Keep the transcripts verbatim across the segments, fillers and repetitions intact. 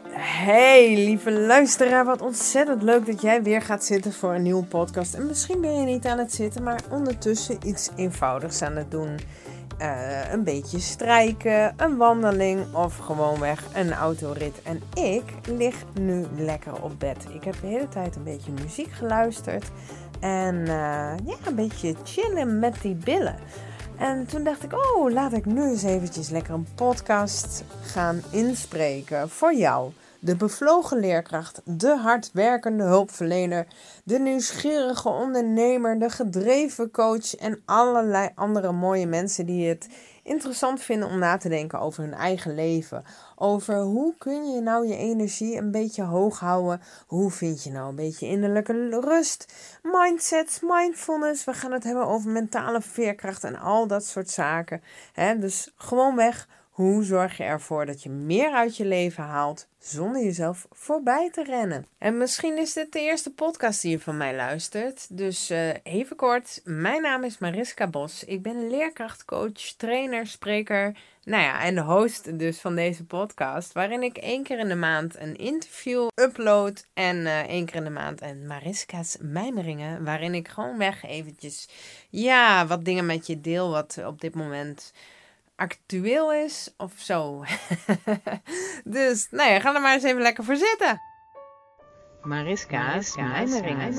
Hey lieve luisteraar, wat ontzettend leuk dat jij weer gaat zitten voor een nieuwe podcast. En misschien ben je niet aan het zitten, maar ondertussen iets eenvoudigs aan het doen. Uh, een beetje strijken, een wandeling of gewoonweg een autorit. En ik lig nu lekker op bed. Ik heb de hele tijd een beetje muziek geluisterd en uh, ja, een beetje chillen met die billen. En toen dacht ik, oh, laat ik nu eens eventjes lekker een podcast gaan inspreken voor jou. De bevlogen leerkracht, de hardwerkende hulpverlener, de nieuwsgierige ondernemer, de gedreven coach en allerlei andere mooie mensen die het interessant vinden om na te denken over hun eigen leven. Over hoe kun je nou je energie een beetje hoog houden? Hoe vind je nou een beetje innerlijke rust? Mindsets, mindfulness. We gaan het hebben over mentale veerkracht en al dat soort zaken. He, dus gewoonweg, hoe zorg je ervoor dat je meer uit je leven haalt zonder jezelf voorbij te rennen? En misschien is dit de eerste podcast die je van mij luistert. Dus uh, even kort, mijn naam is Mariska Bos. Ik ben leerkrachtcoach, trainer, spreker, nou ja, en de host dus van deze podcast. Waarin ik één keer in de maand een interview upload en uh, één keer in de maand een Mariska's mijmeringen. Waarin ik gewoon weg eventjes, ja, wat dingen met je deel wat op dit moment actueel is of zo. Dus, nou ja, ga er maar eens even lekker voor zitten. Mariska's mijmeringen.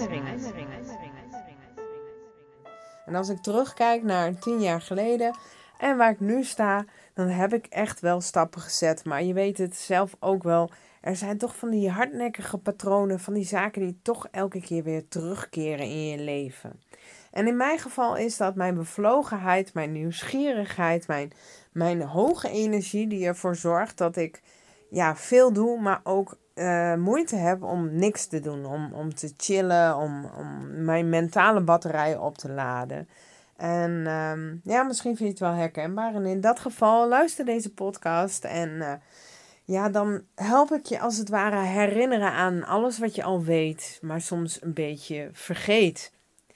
En als ik terugkijk naar tien jaar geleden en waar ik nu sta, dan heb ik echt wel stappen gezet. Maar je weet het zelf ook wel. Er zijn toch van die hardnekkige patronen, van die zaken die toch elke keer weer terugkeren in je leven. En in mijn geval is dat mijn bevlogenheid, mijn nieuwsgierigheid, mijn, mijn hoge energie die ervoor zorgt dat ik ja, veel doe, maar ook uh, moeite heb om niks te doen. Om, om te chillen, om, om mijn mentale batterij op te laden. En um, ja, misschien vind je het wel herkenbaar. En in dat geval luister deze podcast en uh, ja, dan help ik je als het ware herinneren aan alles wat je al weet, maar soms een beetje vergeet.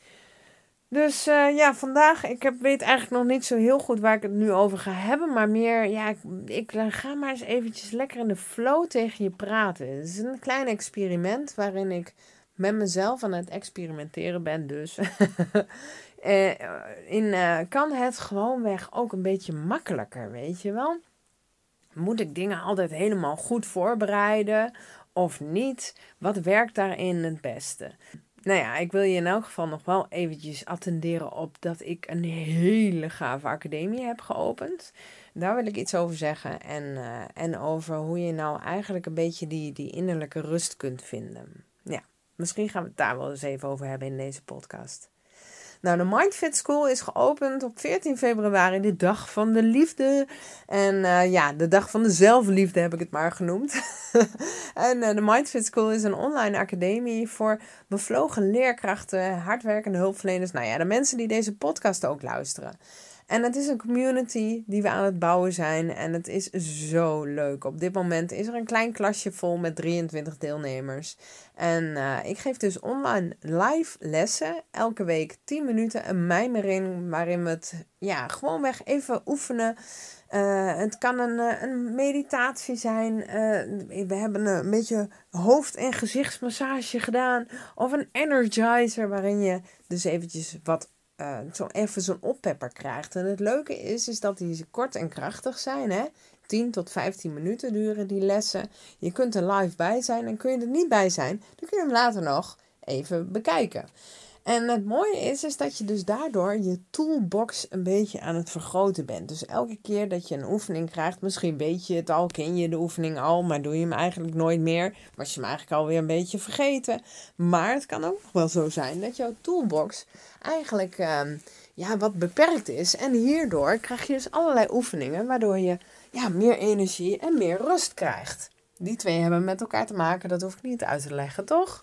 Dus uh, ja, vandaag, ik heb, weet eigenlijk nog niet zo heel goed waar ik het nu over ga hebben. Maar meer, ja, ik, ik ga maar eens eventjes lekker in de flow tegen je praten. Het is een klein experiment waarin ik met mezelf aan het experimenteren ben dus. uh, in, uh, kan het gewoonweg ook een beetje makkelijker, weet je wel? Moet ik dingen altijd helemaal goed voorbereiden of niet? Wat werkt daarin het beste? Nou ja, ik wil je in elk geval nog wel eventjes attenderen op dat ik een hele gave academie heb geopend. Daar wil ik iets over zeggen. En, uh, en over hoe je nou eigenlijk een beetje die, die innerlijke rust kunt vinden. Ja, misschien gaan we het daar wel eens even over hebben in deze podcast. Nou, de Mindfit School is geopend op veertien februari, de dag van de liefde. En uh, ja, de dag van de zelfliefde heb ik het maar genoemd. en uh, de Mindfit School is een online academie voor bevlogen leerkrachten, hardwerkende hulpverleners. Nou ja, de mensen die deze podcast ook luisteren. En het is een community die we aan het bouwen zijn en het is zo leuk. Op dit moment is er een klein klasje vol met drieëntwintig deelnemers. En uh, ik geef dus online live lessen, elke week tien minuten, een mijmering waarin we het ja, gewoonweg even oefenen. Uh, het kan een, een meditatie zijn. Uh, we hebben een beetje hoofd- en gezichtsmassage gedaan. Of een energizer waarin je dus eventjes wat Uh, zo even zo'n oppepper krijgt. En het leuke is, is dat die kort en krachtig zijn. Hè? tien tot vijftien minuten duren die lessen. Je kunt er live bij zijn. En kun je er niet bij zijn, dan kun je hem later nog even bekijken. En het mooie is, is dat je dus daardoor je toolbox een beetje aan het vergroten bent. Dus elke keer dat je een oefening krijgt, misschien weet je het al, ken je de oefening al, maar doe je hem eigenlijk nooit meer. Was je hem eigenlijk alweer een beetje vergeten. Maar het kan ook nog wel zo zijn dat jouw toolbox eigenlijk uh, ja, wat beperkt is. En hierdoor krijg je dus allerlei oefeningen, waardoor je ja, meer energie en meer rust krijgt. Die twee hebben met elkaar te maken, dat hoef ik niet uit te leggen, toch?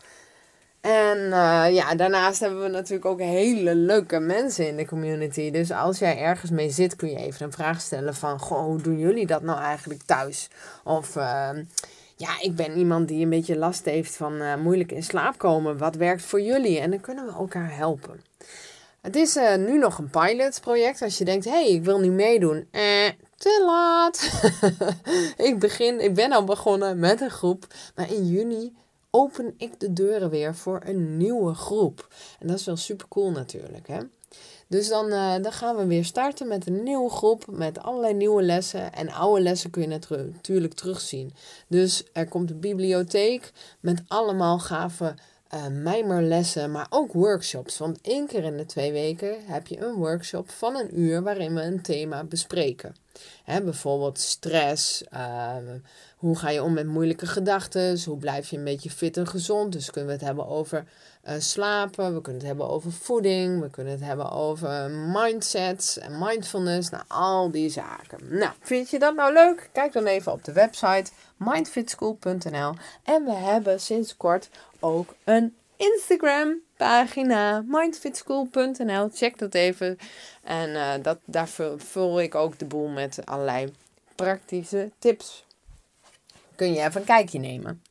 En uh, ja, daarnaast hebben we natuurlijk ook hele leuke mensen in de community. Dus als jij ergens mee zit, kun je even een vraag stellen van, goh, hoe doen jullie dat nou eigenlijk thuis? Of uh, ja, ik ben iemand die een beetje last heeft van uh, moeilijk in slaap komen. Wat werkt voor jullie? En dan kunnen we elkaar helpen. Het is uh, nu nog een pilotproject. Als je denkt, hé, hey, ik wil niet meedoen. Eh, te laat. ik, begin, ik ben al begonnen met een groep. Maar in juni open ik de deuren weer voor een nieuwe groep. En dat is wel super cool natuurlijk, hè. Dus dan, uh, dan gaan we weer starten met een nieuwe groep, met allerlei nieuwe lessen. En oude lessen kun je natuurlijk terugzien. Dus er komt een bibliotheek met allemaal gave uh, mijmerlessen, maar ook workshops. Want één keer in de twee weken heb je een workshop van een uur waarin we een thema bespreken. Hè, bijvoorbeeld stress, uh, hoe ga je om met moeilijke gedachten, hoe blijf je een beetje fit en gezond. Dus kunnen we het hebben over uh, slapen, we kunnen het hebben over voeding, we kunnen het hebben over mindsets en mindfulness, nou al die zaken. Nou, vind je dat nou leuk? Kijk dan even op de website mindfitschool punt n l en we hebben sinds kort ook een Instagram pagina mindfitschool punt n l. Check dat even. En uh, dat, daar vul, vul ik ook de boel met allerlei praktische tips. Kun je even een kijkje nemen.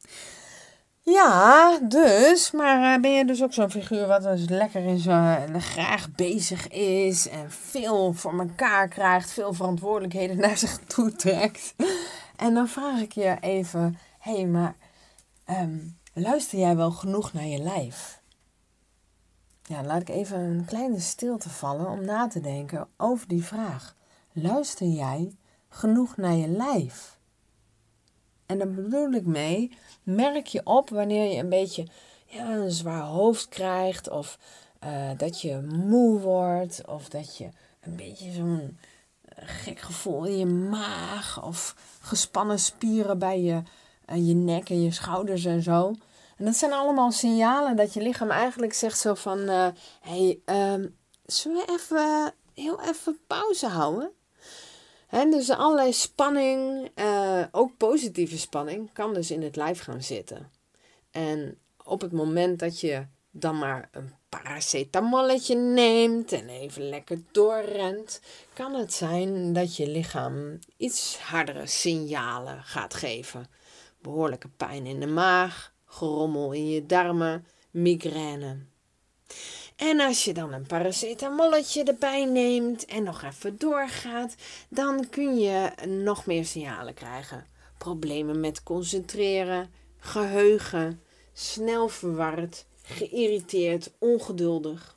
Ja, dus. Maar uh, ben je dus ook zo'n figuur wat dus lekker in zijn graag bezig is. En veel voor elkaar krijgt. Veel verantwoordelijkheden naar zich toe trekt. En dan vraag ik je even. Hé, hey, maar um, luister jij wel genoeg naar je lijf? Ja, laat ik even een kleine stilte vallen om na te denken over die vraag. Luister jij genoeg naar je lijf? En daar bedoel ik mee, merk je op wanneer je een beetje ja, een zwaar hoofd krijgt. Of uh, dat je moe wordt. Of dat je een beetje zo'n gek gevoel in je maag. Of gespannen spieren bij je, uh, je nek en je schouders en zo. En dat zijn allemaal signalen dat je lichaam eigenlijk zegt zo van... Uh, hey, um, zullen we even, heel even pauze houden? He, dus allerlei spanning, uh, ook positieve spanning, kan dus in het lijf gaan zitten. En op het moment dat je dan maar een paracetamolletje neemt en even lekker doorrent, kan het zijn dat je lichaam iets hardere signalen gaat geven. Behoorlijke pijn in de maag, gerommel in je darmen, migraine. En als je dan een paracetamolletje erbij neemt en nog even doorgaat, dan kun je nog meer signalen krijgen. Problemen met concentreren, geheugen, snel verward, geïrriteerd, ongeduldig.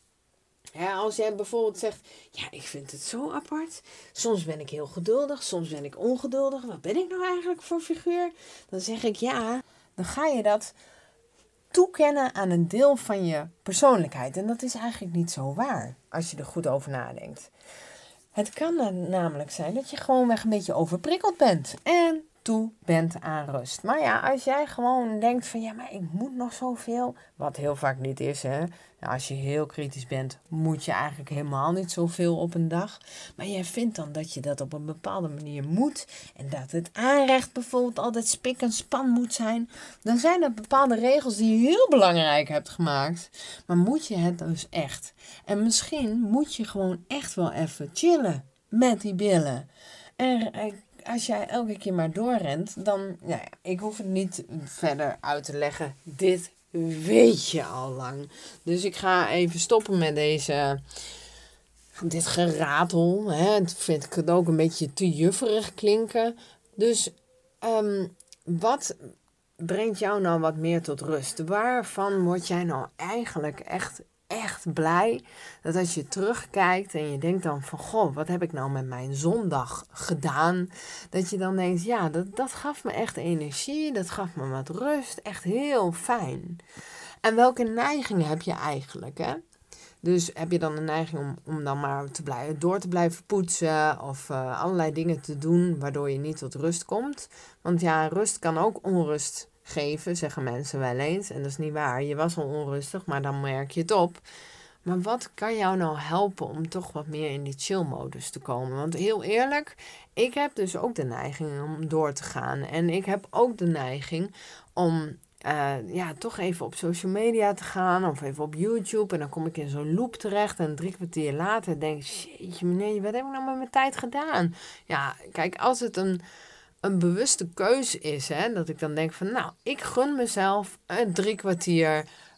Ja, als jij bijvoorbeeld zegt, ja, ik vind het zo apart. Soms ben ik heel geduldig, soms ben ik ongeduldig. Wat ben ik nou eigenlijk voor figuur? Dan zeg ik ja, dan ga je dat toekennen aan een deel van je persoonlijkheid. En dat is eigenlijk niet zo waar, als je er goed over nadenkt. Het kan namelijk zijn dat je gewoonweg een beetje overprikkeld bent en toe bent aan rust. Maar ja, als jij gewoon denkt van ja, maar ik moet nog zoveel, wat heel vaak niet is, hè. Nou, als je heel kritisch bent, moet je eigenlijk helemaal niet zoveel op een dag. Maar jij vindt dan dat je dat op een bepaalde manier moet en dat het aanrecht bijvoorbeeld altijd spik en span moet zijn. Dan zijn er bepaalde regels die je heel belangrijk hebt gemaakt. Maar moet je het dus echt? En misschien moet je gewoon echt wel even chillen met die billen. En als jij elke keer maar doorrent, dan, nou ja, ik hoef het niet verder uit te leggen. Dit weet je al lang. Dus ik ga even stoppen met deze, dit geratel. Hè. Het vind ik het ook een beetje te jufferig klinken. Dus um, wat brengt jou nou wat meer tot rust? Waarvan word jij nou eigenlijk echt, echt blij? Dat als je terugkijkt en je denkt dan van, goh, wat heb ik nou met mijn zondag gedaan? Dat je dan denkt, ja, dat, dat gaf me echt energie, dat gaf me wat rust, echt heel fijn. En welke neigingen heb je eigenlijk, hè? Dus heb je dan een neiging om, om dan maar te blijven, door te blijven poetsen of uh, allerlei dingen te doen waardoor je niet tot rust komt? Want ja, rust kan ook onrust geven, zeggen mensen wel eens. En dat is niet waar. Je was al onrustig, maar dan merk je het op. Maar wat kan jou nou helpen om toch wat meer in die chill-modus te komen? Want heel eerlijk, ik heb dus ook de neiging om door te gaan. En ik heb ook de neiging om uh, ja, toch even op social media te gaan of even op YouTube. En dan kom ik in zo'n loop terecht en drie kwartier later denk ik, jeetje meneer, wat heb ik nou met mijn tijd gedaan? Ja, kijk, als het een... een bewuste keuze is, hè, dat ik dan denk van, nou, ik gun mezelf een drie kwartier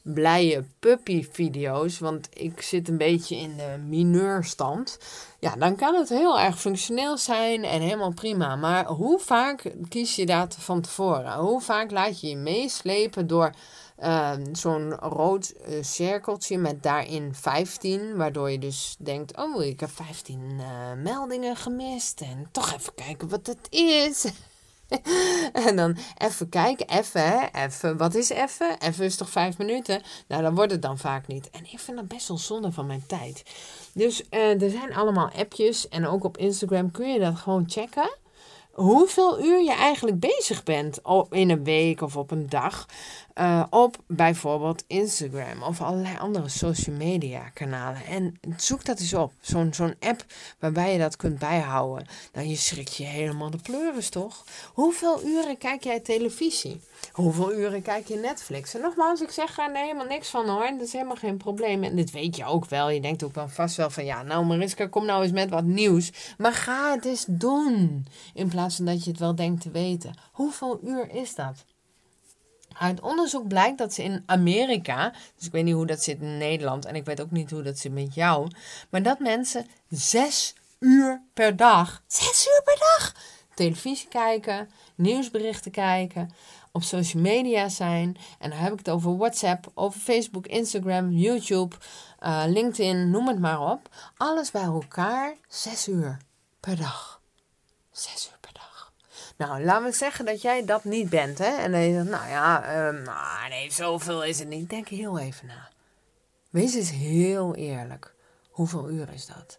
blije puppy video's, want ik zit een beetje in de mineurstand. Ja, dan kan het heel erg functioneel zijn en helemaal prima. Maar hoe vaak kies je dat van tevoren? Hoe vaak laat je je meeslepen door uh, zo'n rood uh, cirkeltje met daarin vijftien, waardoor je dus denkt, oh, ik heb vijftien uh, meldingen gemist en toch even kijken wat het is. En dan even kijken, even, hè, even, wat is even? Even is toch vijf minuten? Nou, dan wordt het dan vaak niet. En ik vind dat best wel zonde van mijn tijd. Dus uh, er zijn allemaal appjes en ook op Instagram kun je dat gewoon checken. Hoeveel uur je eigenlijk bezig bent op, in een week of op een dag uh, op bijvoorbeeld Instagram of allerlei andere social media kanalen. En zoek dat eens op. Zo'n, zo'n app waarbij je dat kunt bijhouden. Nou, je schrikt je helemaal de pleuris, toch? Hoeveel uren kijk jij televisie? Hoeveel uren kijk je Netflix? En nogmaals, ik zeg er helemaal niks van hoor. Dat is helemaal geen probleem. En dit weet je ook wel. Je denkt ook wel vast wel van ja, nou Mariska, kom nou eens met wat nieuws. Maar ga het eens doen. In plaats van dat je het wel denkt te weten. Hoeveel uur is dat? Uit onderzoek blijkt dat ze in Amerika, dus ik weet niet hoe dat zit in Nederland en ik weet ook niet hoe dat zit met jou, maar dat mensen zes uur per dag, zes uur per dag, televisie kijken, nieuwsberichten kijken, op social media zijn. En dan heb ik het over WhatsApp, over Facebook, Instagram, YouTube, uh, LinkedIn, noem het maar op. Alles bij elkaar zes uur per dag. Zes uur per dag. Nou, laten we zeggen dat jij dat niet bent, hè. En dan je zegt, nou ja, um, nou, nee, zoveel is het niet. Denk heel even na. Wees eens heel eerlijk. Hoeveel uur is dat?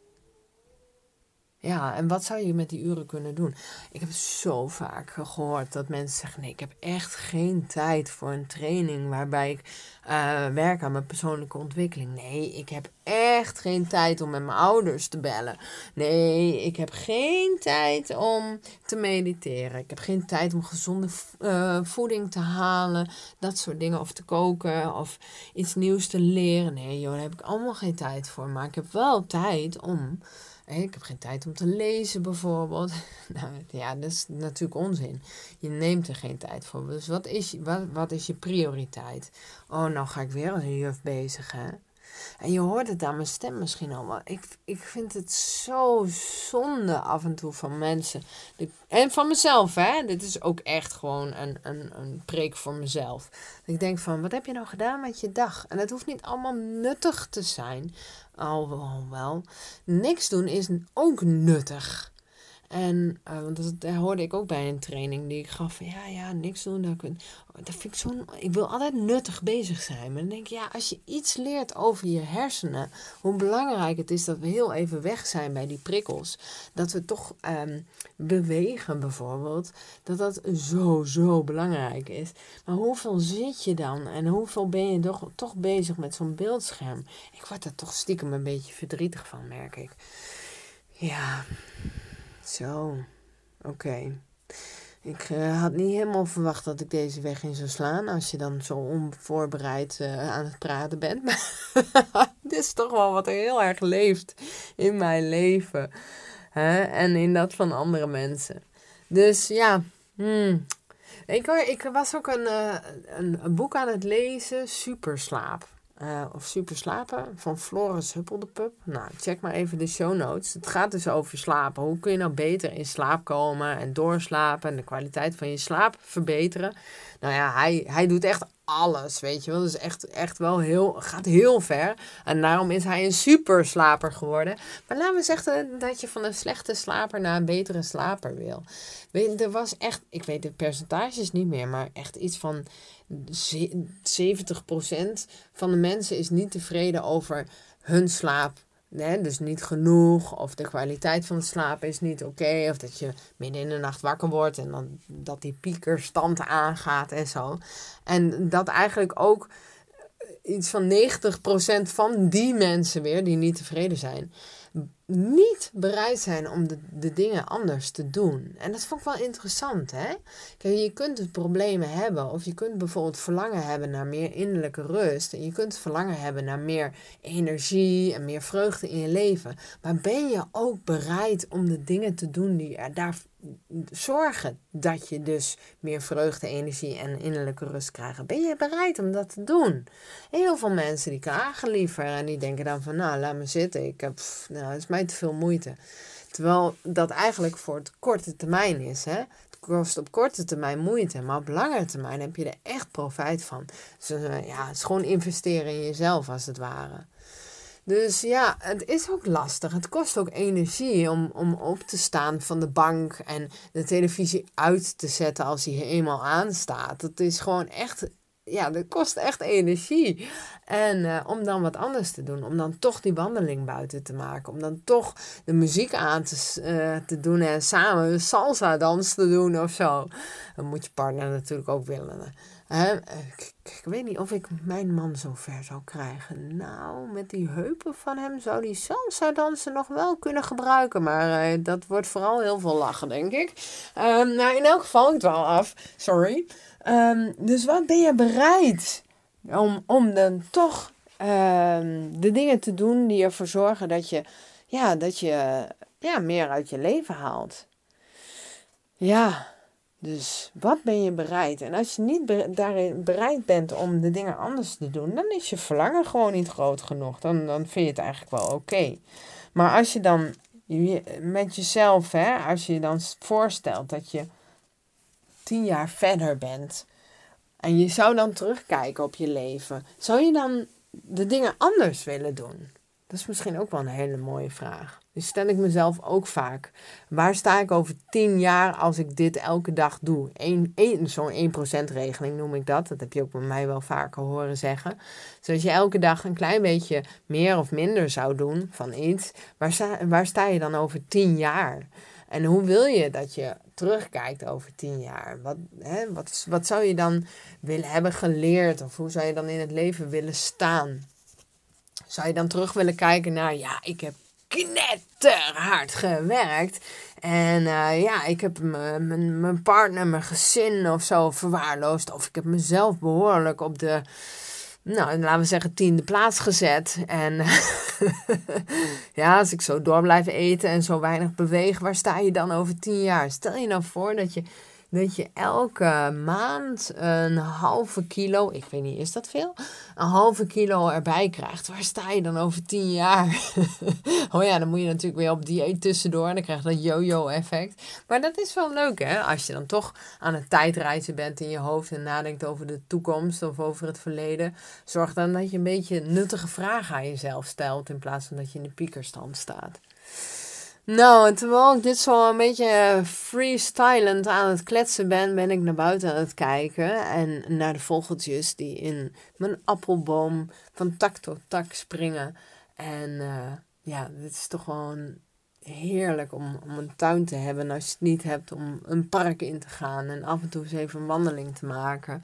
Ja, en wat zou je met die uren kunnen doen? Ik heb zo vaak gehoord dat mensen zeggen, nee, ik heb echt geen tijd voor een training waarbij ik uh, werk aan mijn persoonlijke ontwikkeling. Nee, ik heb echt geen tijd om met mijn ouders te bellen. Nee, ik heb geen tijd om te mediteren. Ik heb geen tijd om gezonde uh, voeding te halen, dat soort dingen, of te koken, of iets nieuws te leren. Nee, joh, daar heb ik allemaal geen tijd voor. Maar ik heb wel tijd om... Ik heb geen tijd om te lezen bijvoorbeeld. Nou ja, dat is natuurlijk onzin. Je neemt er geen tijd voor. Dus wat is, wat, wat is je prioriteit? Oh, nou ga ik weer als een juf bezig, hè? En je hoort het aan mijn stem misschien al. Maar ik, ik vind het zo zonde af en toe van mensen. En van mezelf, hè. Dit is ook echt gewoon een, een, een preek voor mezelf. Ik denk van, wat heb je nou gedaan met je dag? En het hoeft niet allemaal nuttig te zijn. Al wel. Niks doen is ook nuttig. En uh, want dat, dat hoorde ik ook bij een training die ik gaf. Van, ja, ja, niks doen. Dat, kun, dat vind ik zo'n... Ik wil altijd nuttig bezig zijn. Maar dan denk ik, ja, als je iets leert over je hersenen. Hoe belangrijk het is dat we heel even weg zijn bij die prikkels. Dat we toch um, bewegen bijvoorbeeld. Dat dat zo, zo belangrijk is. Maar hoeveel zit je dan? En hoeveel ben je toch, toch bezig met zo'n beeldscherm? Ik word er toch stiekem een beetje verdrietig van, merk ik. Ja... Zo, oké. Okay. Ik uh, had niet helemaal verwacht dat ik deze weg in zou slaan. Als je dan zo onvoorbereid uh, aan het praten bent. Maar dit is toch wel wat er heel erg leeft in mijn leven. Hè? En in dat van andere mensen. Dus ja, hmm. ik, ik was ook een, uh, een, een boek aan het lezen. Superslaap. Uh, of Super Slapen van Floris Huppeldepup. Nou, check maar even de show notes. Het gaat dus over slapen. Hoe kun je nou beter in slaap komen en doorslapen en de kwaliteit van je slaap verbeteren? Nou ja, hij, hij doet echt alles, weet je wel. Dus echt, echt wel heel, gaat heel ver. En daarom is hij een superslaper geworden. Maar laten we zeggen dat je van een slechte slaper naar een betere slaper wil. Weet je, er was echt, ik weet de percentages niet meer, maar echt iets van zeventig procent van de mensen is niet tevreden over hun slaap. Nee, dus niet genoeg, of de kwaliteit van het slapen is niet oké, okay, of dat je midden in de nacht wakker wordt en dan dat die piekerstand aangaat en zo. En dat eigenlijk ook iets van negentig procent van die mensen weer, die niet tevreden zijn, niet bereid zijn om de, de dingen anders te doen. En dat vond ik wel interessant, hè? Kijk, je kunt dus problemen hebben. Of je kunt bijvoorbeeld verlangen hebben naar meer innerlijke rust. En je kunt verlangen hebben naar meer energie en meer vreugde in je leven. Maar ben je ook bereid om de dingen te doen die er daar zorgen dat je dus meer vreugde, energie en innerlijke rust krijgt? Ben je bereid om dat te doen? Heel veel mensen die klagen liever en die denken dan van, nou, laat me zitten. Ik heb, pff, nou, het is mij te veel moeite. Terwijl dat eigenlijk voor het korte termijn is, hè? Het kost op korte termijn moeite, maar op langere termijn heb je er echt profijt van. Dus uh, ja, het is gewoon investeren in jezelf als het ware. Dus ja, het is ook lastig. Het kost ook energie om, om op te staan van de bank en de televisie uit te zetten als die eenmaal aanstaat. Het is gewoon echt, ja, dat kost echt energie. En uh, om dan wat anders te doen, om dan toch die wandeling buiten te maken, om dan toch de muziek aan te, uh, te doen en samen salsa dans te doen of zo. Dan moet je partner natuurlijk ook willen. Uh, ik, ik weet niet of ik mijn man zo ver zou krijgen. Nou, met die heupen van hem zou die salsa dansen nog wel kunnen gebruiken. Maar uh, dat wordt vooral heel veel lachen, denk ik. Um, nou, in elk geval, ik dwaal af. Sorry. Um, dus wat ben je bereid om, om dan toch um, de dingen te doen die ervoor zorgen dat je, ja, dat je ja, meer uit je leven haalt? Ja. Dus wat ben je bereid? En als je niet be- daarin bereid bent om de dingen anders te doen, dan is je verlangen gewoon niet groot genoeg. Dan, dan vind je het eigenlijk wel oké. Okay. Maar als je dan je, met jezelf, hè, als je je dan voorstelt dat je tien jaar verder bent en je zou dan terugkijken op je leven, zou je dan de dingen anders willen doen? Dat is misschien ook wel een hele mooie vraag. Dus stel ik mezelf ook vaak. Waar sta ik over tien jaar als ik dit elke dag doe? Eén, één, zo'n één procent regeling noem ik dat. Dat heb je ook bij mij wel vaker horen zeggen. Dus als je elke dag een klein beetje meer of minder zou doen van iets. Waar sta, waar sta je dan over tien jaar? En hoe wil je dat je terugkijkt over tien jaar? Wat, hè, wat, wat zou je dan willen hebben geleerd? Of hoe zou je dan in het leven willen staan? Zou je dan terug willen kijken naar, ja, ik heb knetterhard gewerkt. En uh, ja, ik heb mijn partner, mijn gezin of zo verwaarloosd. Of ik heb mezelf behoorlijk op de, nou, laten we zeggen, tiende plaats gezet. En ja, als ik zo door blijf eten en zo weinig beweeg, waar sta je dan over tien jaar? Stel je nou voor dat je... dat je elke maand een halve kilo, ik weet niet, is dat veel? Een halve kilo erbij krijgt. Waar sta je dan over tien jaar? Oh ja, dan moet je natuurlijk weer op dieet tussendoor. En dan krijg je dat yo-yo effect. Maar dat is wel leuk, hè? Als je dan toch aan het tijdreizen bent in je hoofd en nadenkt over de toekomst of over het verleden. Zorg dan dat je een beetje nuttige vragen aan jezelf stelt in plaats van dat je in de piekerstand staat. Nou, en terwijl ik dit zo een beetje freestylend aan het kletsen ben, ben ik naar buiten aan het kijken. En naar de vogeltjes die in mijn appelboom van tak tot tak springen. En uh, ja, dit is toch gewoon heerlijk om, om een tuin te hebben. En als je het niet hebt, om een park in te gaan en af en toe eens even een wandeling te maken.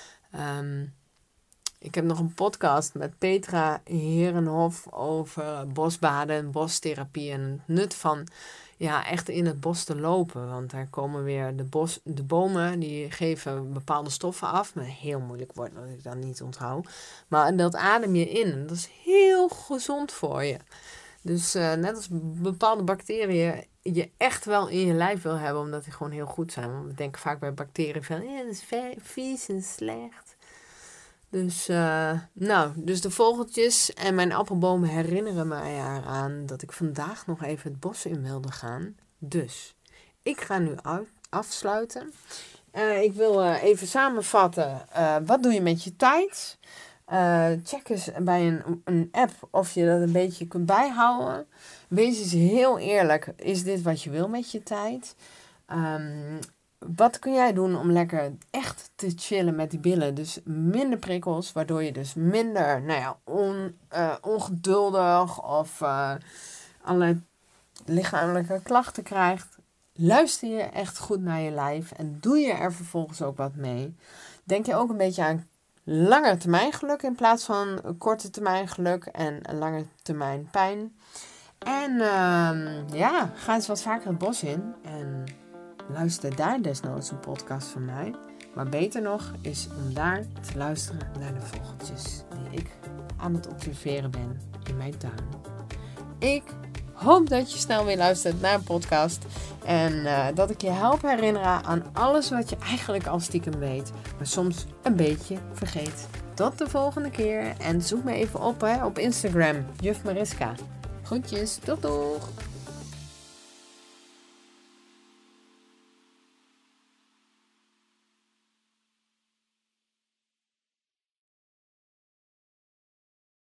Um, Ik heb nog een podcast met Petra Herenhof over bosbaden en bostherapie en het nut van ja, echt in het bos te lopen. Want daar komen weer de, bos, de bomen, die geven bepaalde stoffen af. Maar heel moeilijk wordt dat ik dat niet onthoud. Maar dat adem je in en dat is heel gezond voor je. Dus uh, net als bepaalde bacteriën je echt wel in je lijf wil hebben, omdat die gewoon heel goed zijn. Want we denken vaak bij bacteriën van, ja, dat is vies en slecht. Dus, uh, nou, dus de vogeltjes en mijn appelbomen herinneren mij eraan dat ik vandaag nog even het bos in wilde gaan. Dus, ik ga nu uit, afsluiten. Uh, ik wil uh, even samenvatten, uh, wat doe je met je tijd? Uh, check eens bij een, een app of je dat een beetje kunt bijhouden. Wees eens heel eerlijk, is dit wat je wil met je tijd? Um, Wat kun jij doen om lekker echt te chillen met die billen? Dus minder prikkels, waardoor je dus minder nou ja, on, uh, ongeduldig of uh, allerlei lichamelijke klachten krijgt. Luister je echt goed naar je lijf en doe je er vervolgens ook wat mee. Denk je ook een beetje aan lange termijn geluk in plaats van korte termijn geluk en lange termijn pijn. En uh, ja, ga eens wat vaker het bos in. En luister daar desnoods een podcast van mij. Maar beter nog is om daar te luisteren naar de vogeltjes die ik aan het observeren ben in mijn tuin. Ik hoop dat je snel weer luistert naar een podcast. En uh, dat ik je help herinneren aan alles wat je eigenlijk al stiekem weet. Maar soms een beetje vergeet. Tot de volgende keer. En zoek me even op hè, op Instagram. Juf Mariska. Groetjes. Doeg doeg.